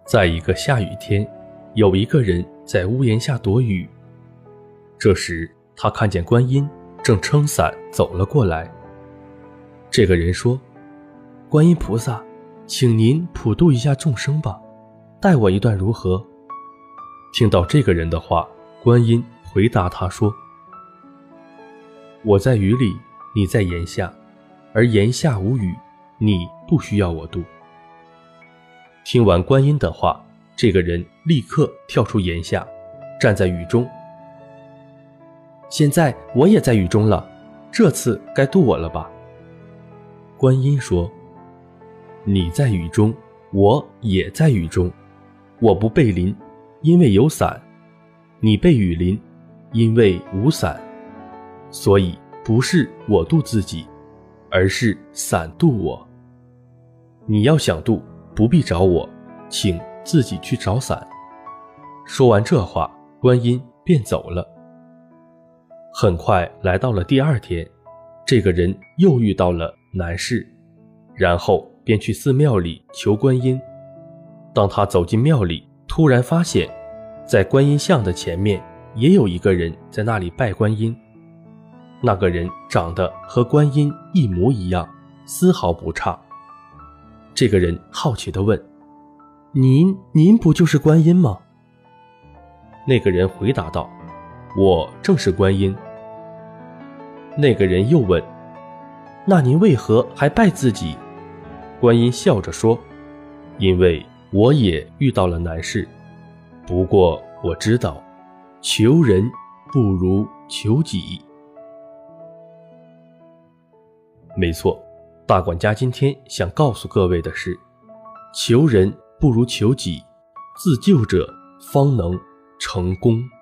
在一个下雨天，有一个人在屋檐下躲雨。这时他看见观音正撑伞走了过来。这个人说：观音菩萨，请您普度一下众生吧，带我一段如何？听到这个人的话，观音回答他说：我在雨里，你在檐下，而檐下无雨，你不需要我渡。听完观音的话，这个人立刻跳出檐下，站在雨中。现在我也在雨中了，这次该渡我了吧？观音说：你在雨中，我也在雨中，我不被淋，因为有伞；你被雨淋，因为无伞。所以不是我渡自己，而是伞渡我。你要想渡，不必找我，请自己去找伞。说完这话，观音便走了。很快来到了第二天，这个人又遇到了难事，然后便去寺庙里求观音。当他走进庙里，突然发现在观音像的前面也有一个人在那里拜观音。那个人长得和观音一模一样，丝毫不差。这个人好奇地问：您不就是观音吗？那个人回答道：我正是观音。那个人又问：那您为何还拜自己？观音笑着说：因为我也遇到了难事，不过我知道求人不如求己。没错，大管家今天想告诉各位的是，求人不如求己，自救者方能成功。